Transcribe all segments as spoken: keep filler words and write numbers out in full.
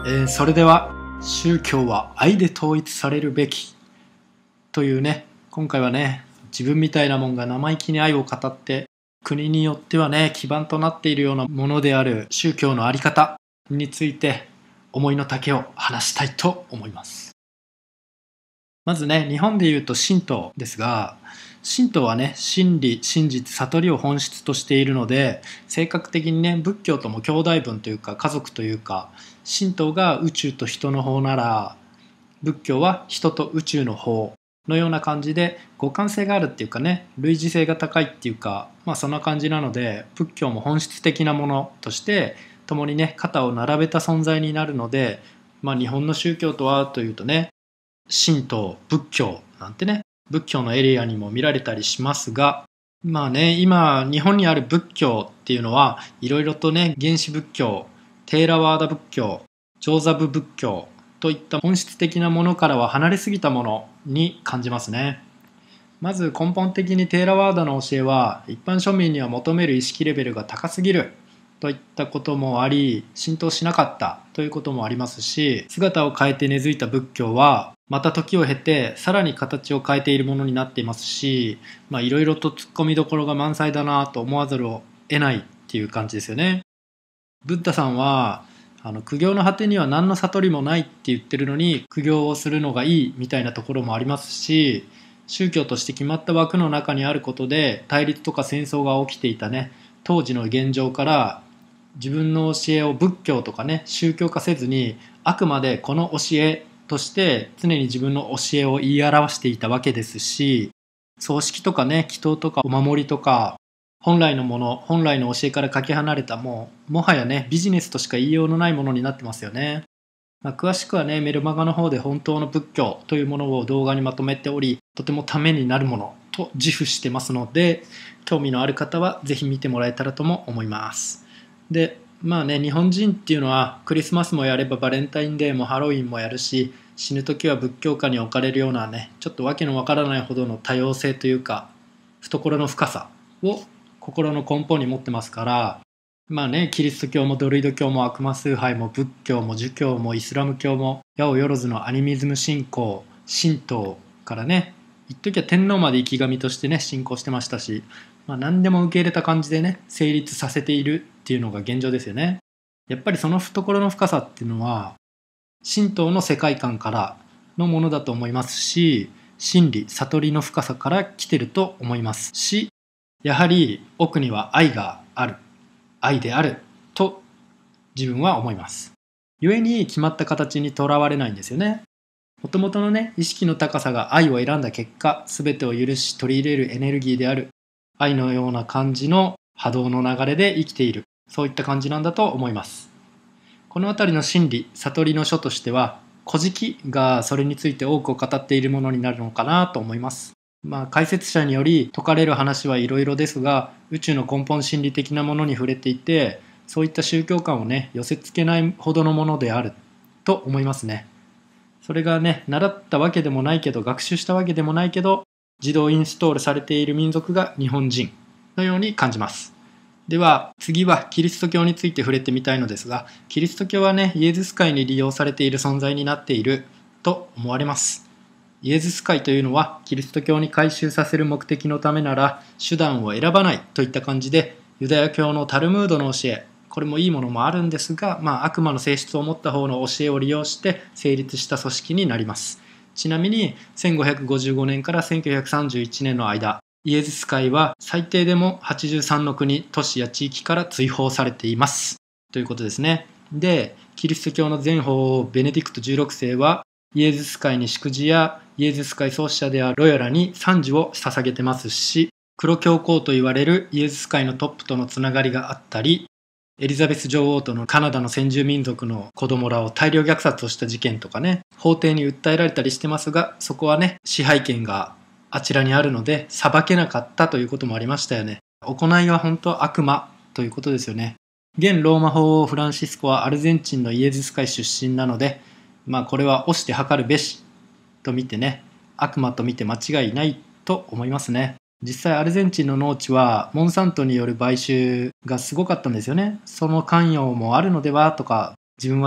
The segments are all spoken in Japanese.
えーそれでは宗教は愛で統一されるべきというね、今回はね、自分みたいなもんが生意気に愛を語って国によってはね基盤となっているようなものである宗教の在り方について思いの丈を話したいと思います。まずね、日本でいうと神道ですが、神道はね、真理、真実、悟りを本質としているので、性格的にね、仏教とも兄弟分というか家族というか、神道が宇宙と人の方なら、仏教は人と宇宙の方のような感じで互換性があるっていうかね、類似性が高いっていうか、まあそんな感じなので、仏教も本質的なものとして共にね肩を並べた存在になるので、まあ日本の宗教とはというとね、神道、仏教なんてね、仏教のエリアにも見られたりしますが、まあね、今日本にある仏教っていうのはいろいろとね、原始仏教、テーラワーダ仏教、上座部仏教といった本質的なものからは離れすぎたものに感じますね。まず根本的にテーラワーダの教えは一般庶民には求める意識レベルが高すぎるといったこともあり、浸透しなかったということもありますし、姿を変えて根付いた仏教はまた時を経てさらに形を変えているものになっていますし、まあいろいろと突っ込みどころが満載だなと思わざるを得ないっていう感じですよね。ブッダさんはあの苦行の果てには何の悟りもないって言ってるのに、苦行をするのがいいみたいなところもありますし、宗教として決まった枠の中にあることで対立とか戦争が起きていたね当時の現状から、自分の教えを仏教とかね宗教化せずに、あくまでこの教えとして常に自分の教えを言い表していたわけですし、葬式とかね祈祷とかお守りとか本来のもの、本来の教えからかけ離れた、もうもはやねビジネスとしか言いようのないものになってますよね。まあ、詳しくはねメルマガの方で本当の仏教というものを動画にまとめており、とてもためになるものと自負してますので、興味のある方はぜひ見てもらえたらとも思います。でまあね、日本人っていうのはクリスマスもやればバレンタインデーもハロウィンもやるし、死ぬ時は仏教下に置かれるようなね、ちょっとわけのわからないほどの多様性というか懐の深さを心の根本に持ってますから、まあね、キリスト教もドルイド教も悪魔崇拝も仏教も儒教もイスラム教も八百万のアニミズム信仰、神道からね、一時は天皇まで生き神としてね信仰してましたし、まあ、何でも受け入れた感じでね成立させているっていうのが現状ですよね。やっぱりその懐の深さっていうのは神道の世界観からのものだと思いますし、真理悟りの深さから来てると思いますし、やはり奥には愛がある、愛であると自分は思います。故に決まった形にとらわれないんですよね。もともとのね意識の高さが愛を選んだ結果、全てを許し取り入れるエネルギーである愛のような感じの波動の流れで生きている、そういった感じなんだと思います。このあたりの真理悟りの書としては、古事記がそれについて多くを語っているものになるのかなと思います。まあ解説者により説かれる話はいろいろですが、宇宙の根本心理的なものに触れていて、そういった宗教観をね寄せ付けないほどのものであると思いますね。それがね習ったわけでもないけど、学習したわけでもないけど、自動インストールされている民族が日本人のように感じます。では次はキリスト教について触れてみたいのですが、キリスト教はねイエズス会に利用されている存在になっていると思われます。イエズス会というのはキリスト教に改宗させる目的のためなら手段を選ばないといった感じで、ユダヤ教のタルムードの教え、これもいいものもあるんですが、まあ、悪魔の性質を持った方の教えを利用して成立した組織になります。ちなみにせんごひゃくごじゅうごねんからせんきゅうひゃくさんじゅういちねんの間、イエズス会は最低でもはちじゅうさんの国、都市や地域から追放されていますということですね。で、キリスト教の前法王ベネディクトじゅうろくせいはイエズス会に祝辞やイエズス会創始者であるロヨラに賛辞を捧げてますし、黒教皇と言われるイエズス会のトップとのつながりがあったり、エリザベス女王とのカナダの先住民族の子供らを大量虐殺をした事件とかね、法廷に訴えられたりしてますが、そこはね支配権があちらにあるので裁けなかったということもありましたよね。行いは本当悪魔ということですよね。現ローマ法王フランシスコはアルゼンチンのイエズス会出身なので、まあこれは押して測るべしと見てね、悪魔と見て間違いないと思いますね。実際アルゼンチンの農地はモンサントによる買収がすごかったんですよね。その関与もあるのではとか自分は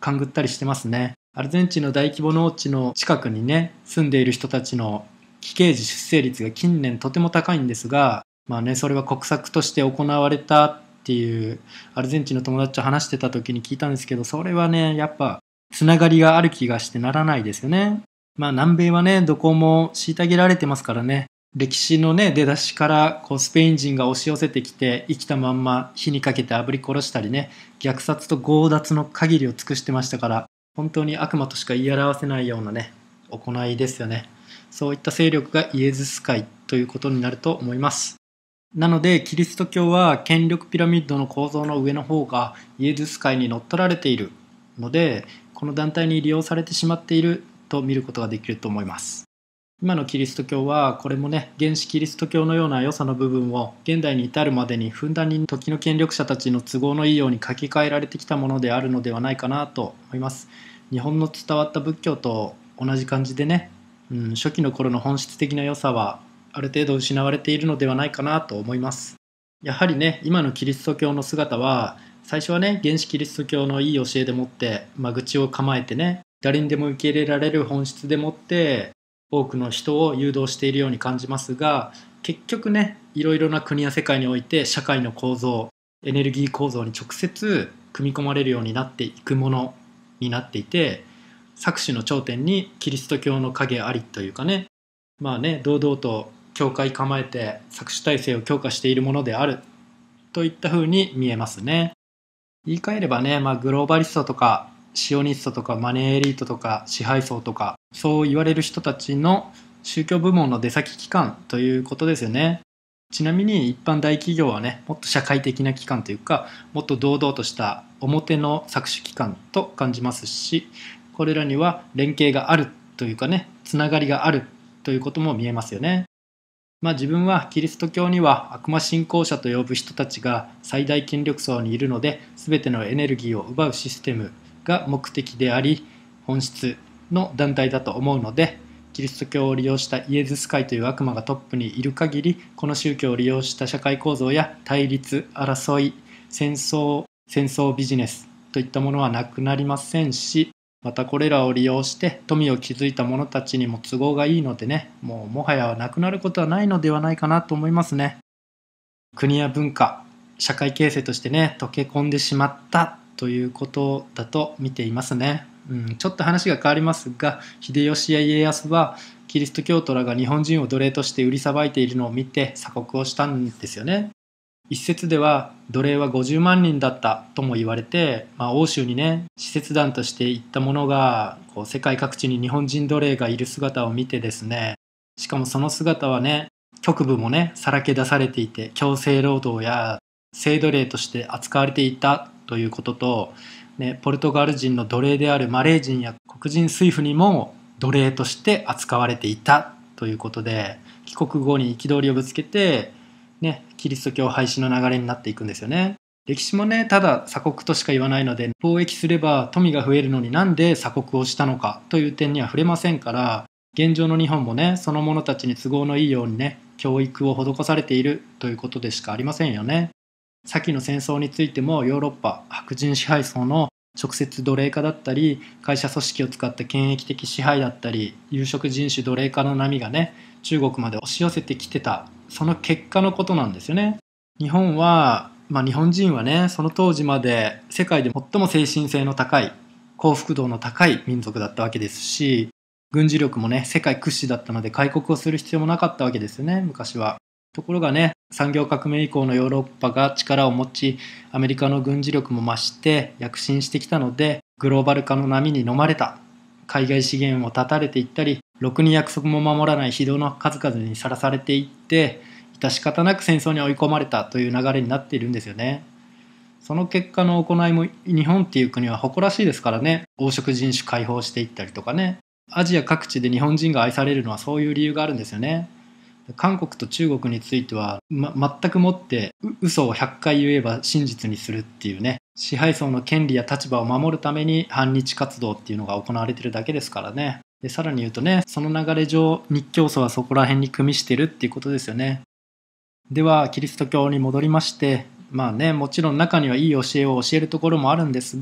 勘ぐったりしてますね。アルゼンチンの大規模農地の近くにね住んでいる人たちの奇形児出生率が近年とても高いんですが、まあね、それは国策として行われたっていうアルゼンチンの友達と話してた時に聞いたんですけど、それはねやっぱつながりがある気がしてならないですよね。まあ南米はねどこも虐げられてますからね。歴史のね出だしからこうスペイン人が押し寄せてきて生きたまんま火にかけて炙り殺したりね、虐殺と強奪の限りを尽くしてましたから、本当に悪魔としか言い表せないようなね行いですよね。そういった勢力がイエズス会ということになると思います。なのでキリスト教は権力ピラミッドの構造の上の方がイエズス会に乗っ取られているので、この団体に利用されてしまっていると見ることができると思います。今のキリスト教はこれもね原始キリスト教のような良さの部分を現代に至るまでにふんだんに時の権力者たちの都合のいいように書き換えられてきたものであるのではないかなと思います。日本の伝わった仏教と同じ感じでね、うん、初期の頃の本質的な良さはある程度失われているのではないかなと思います。やはりね今のキリスト教の姿は最初はね原始キリスト教のいい教えでもって、まあ、口を構えてね誰にでも受け入れられる本質でもって多くの人を誘導しているように感じますが、結局ねいろいろな国や世界において社会の構造、エネルギー構造に直接組み込まれるようになっていくものになっていて、搾取の頂点にキリスト教の影ありというかね、まあね堂々と教会構えて搾取体制を強化しているものであるといったふうに見えますね。言い換えればね、まあ、グローバリストとかシオニストとかマネーエリートとか支配層とかそう言われる人たちの宗教部門の出先機関ということですよね。ちなみに一般大企業はねもっと社会的な機関というかもっと堂々とした表の搾取機関と感じますし、これらには連携があるというかねつながりがあるということも見えますよね。まあ自分はキリスト教には悪魔信仰者と呼ぶ人たちが最大権力層にいるので、全てのエネルギーを奪うシステムが目的であり本質の団体だと思うので、キリスト教を利用したイエズス会という悪魔がトップにいる限り、この宗教を利用した社会構造や対立、争い、戦争、戦争ビジネスといったものはなくなりませんし、またこれらを利用して富を築いた者たちにも都合がいいのでね、もうもはやなくなることはないのではないかなと思いますね。国や文化、社会形成としてね溶け込んでしまったということだと見ていますね。うん、ちょっと話が変わりますが、秀吉や家康はキリスト教徒らが日本人を奴隷として売りさばいているのを見て鎖国をしたんですよね。一説では奴隷はごじゅうまんにんだったとも言われて、まあ、欧州にね使節団として行った者がこう世界各地に日本人奴隷がいる姿を見てですね、しかもその姿はね局部もねさらけ出されていて強制労働や性奴隷として扱われていたということと、ね、ポルトガル人の奴隷であるマレー人や黒人水夫にも奴隷として扱われていたということで、帰国後に憤りをぶつけてね、キリスト教廃止の流れになっていくんですよね。歴史もねただ鎖国としか言わないので、貿易すれば富が増えるのになんで鎖国をしたのかという点には触れませんから、現状の日本もねその者たちに都合のいいようにね教育を施されているということでしかありませんよね。先の戦争についてもヨーロッパ白人支配層の直接奴隷化だったり、会社組織を使った権益的支配だったり、有色人種奴隷化の波がね中国まで押し寄せてきてた、その結果のことなんですよね。日本は、まあ、日本人はねその当時まで世界で最も精神性の高い幸福度の高い民族だったわけですし、軍事力もね世界屈指だったので開国をする必要もなかったわけですよね昔は。ところがね産業革命以降のヨーロッパが力を持ち、アメリカの軍事力も増して躍進してきたので、グローバル化の波に飲まれた、海外資源を断たれていったり、ろくに約束も守らない非道の数々にさらされていって、致し方なく戦争に追い込まれたという流れになっているんですよね。その結果の行いも日本っていう国は誇らしいですからね。黄色人種解放していったりとかね、アジア各地で日本人が愛されるのはそういう理由があるんですよね。韓国と中国については、ま、全くもって嘘をひゃっかい言えば真実にするっていうね、支配層の権利や立場を守るために反日活動っていうのが行われてるだけですからね。でさらに言うとね、その流れ上日教祖はそこら辺に組みしてるっていうことですよね。ではキリスト教に戻りまして、まあねもちろん中にはいい教えを教えるところもあるんですが、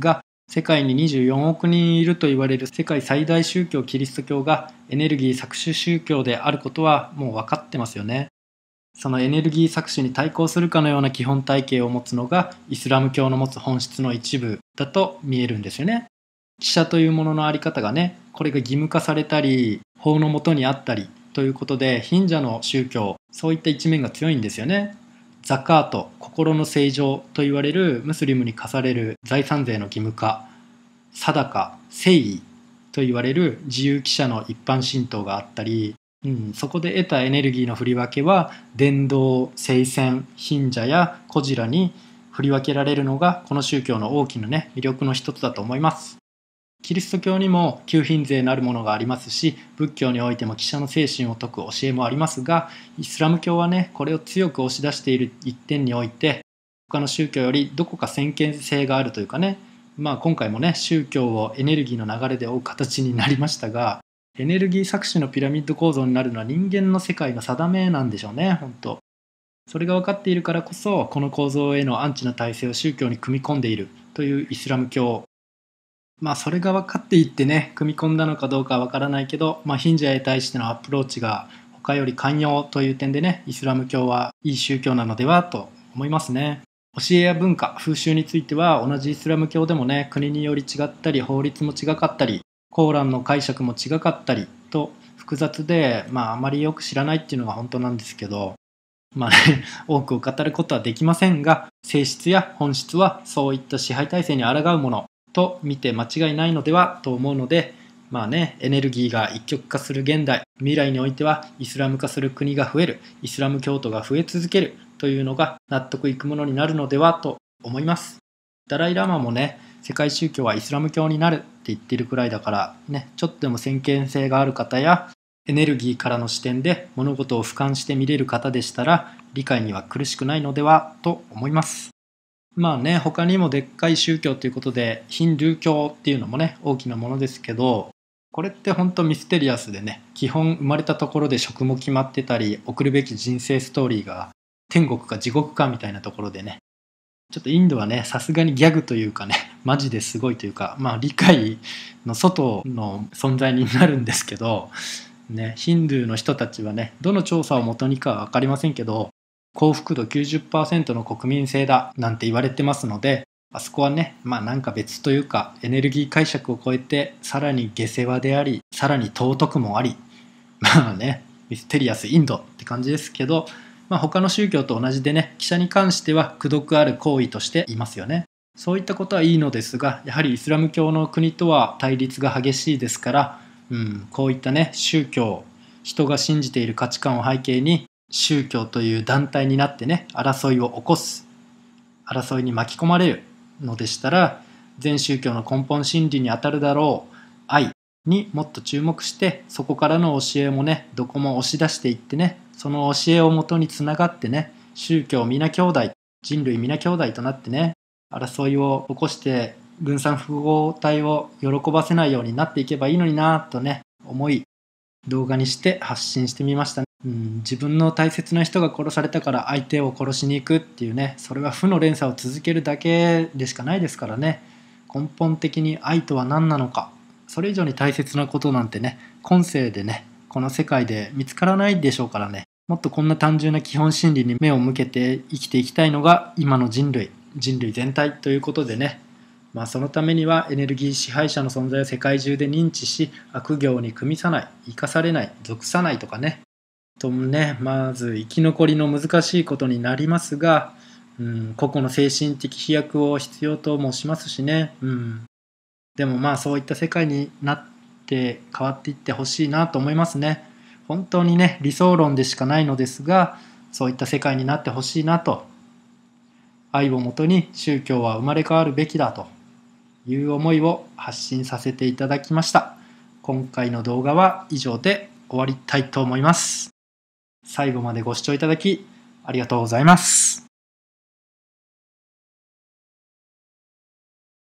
世界ににじゅうよんおくにんいると言われる世界最大宗教キリスト教がエネルギー搾取宗教であることはもう分かってますよね。そのエネルギー搾取に対抗するかのような基本体系を持つのがイスラム教の持つ本質の一部だと見えるんですよね。記者というもののあり方がね、これが義務化されたり法の下にあったりということで、貧者の宗教、そういった一面が強いんですよね。ザカート、心の正常と言われるムスリムに課される財産税の義務化、サダカ、誠意と言われる自由記者の一般信徒があったり、うん、そこで得たエネルギーの振り分けは伝道、聖戦、貧者や孤児らに振り分けられるのがこの宗教の大きなね魅力の一つだと思います。キリスト教にも給品税なるものがありますし、仏教においても記者の精神を説く教えもありますが、イスラム教はねこれを強く押し出している一点において他の宗教よりどこか先見性があるというかね、まあ今回もね宗教をエネルギーの流れで追う形になりましたが、エネルギー搾取のピラミッド構造になるのは人間の世界の定めなんでしょうね。本当それが分かっているからこそこの構造へのアンチな体制を宗教に組み込んでいるというイスラム教、まあそれが分かっていってね組み込んだのかどうかは分からないけど、まあ、貧者へ対してのアプローチが他より寛容という点でね、イスラム教はいい宗教なのではと思いますね。教えや文化、風習については同じイスラム教でもね国により違ったり法律も違かったりコーランの解釈も違かったりと複雑で、まああまりよく知らないっていうのが本当なんですけど、まあね多くを語ることはできませんが、性質や本質はそういった支配体制に抗うものと見て間違いないのではと思うので、まあねエネルギーが一極化する現代、未来においてはイスラム化する国が増える、イスラム教徒が増え続けるというのが納得いくものになるのではと思います。ダライラマもね世界宗教はイスラム教になるって言っているくらいだからね、ちょっとでも先見性がある方やエネルギーからの視点で物事を俯瞰して見れる方でしたら理解には苦しくないのではと思います。まあね他にもでっかい宗教ということでヒンドゥー教っていうのもね大きなものですけど、これって本当ミステリアスでね、基本生まれたところで職も決まってたり送るべき人生ストーリーが天国か地獄かみたいなところでね、ちょっとインドはねさすがにギャグというかねマジですごいというか、まあ理解の外の存在になるんですけどね、ヒンドゥーの人たちはねどの調査をもとにかは分かりませんけど幸福度 きゅうじゅっパーセント の国民性だなんて言われてますので、あそこはねまあなんか別というかエネルギー解釈を超えてさらに下世話でありさらに尊くもあり、まあねミステリアスインドって感じですけど、まあ、他の宗教と同じでね記者に関しては功徳ある行為としていますよね。そういったことはいいのですが、やはりイスラム教の国とは対立が激しいですから、うん、こういったね宗教、人が信じている価値観を背景に宗教という団体になってね争いを起こす、争いに巻き込まれるのでしたら、全宗教の根本真理にあたるだろう愛にもっと注目して、そこからの教えもねどこも押し出していってね、その教えをもとにつながってね、宗教皆兄弟、人類皆兄弟となってね争いを起こして分散符号体を喜ばせないようになっていけばいいのになとね思い動画にして発信してみましたね。うん、自分の大切な人が殺されたから相手を殺しに行くっていうね、それは負の連鎖を続けるだけでしかないですからね。根本的に愛とは何なのか、それ以上に大切なことなんてね今世でねこの世界で見つからないでしょうからね、もっとこんな単純な基本真理に目を向けて生きていきたいのが今の人類人類全体ということでね、まあ、そのためにはエネルギー支配者の存在を世界中で認知し、悪行に組みさない、生かされない、属さないとかねとね、まず生き残りの難しいことになりますが、うん、個々の精神的飛躍を必要ともしますしね、うん、でもまあそういった世界になって変わっていってほしいなと思いますね。本当にね理想論でしかないのですが、そういった世界になってほしいなと、愛をもとに宗教は生まれ変わるべきだという思いを発信させていただきました。今回の動画は以上で終わりたいと思います。最後までご視聴いただきありがとうございます。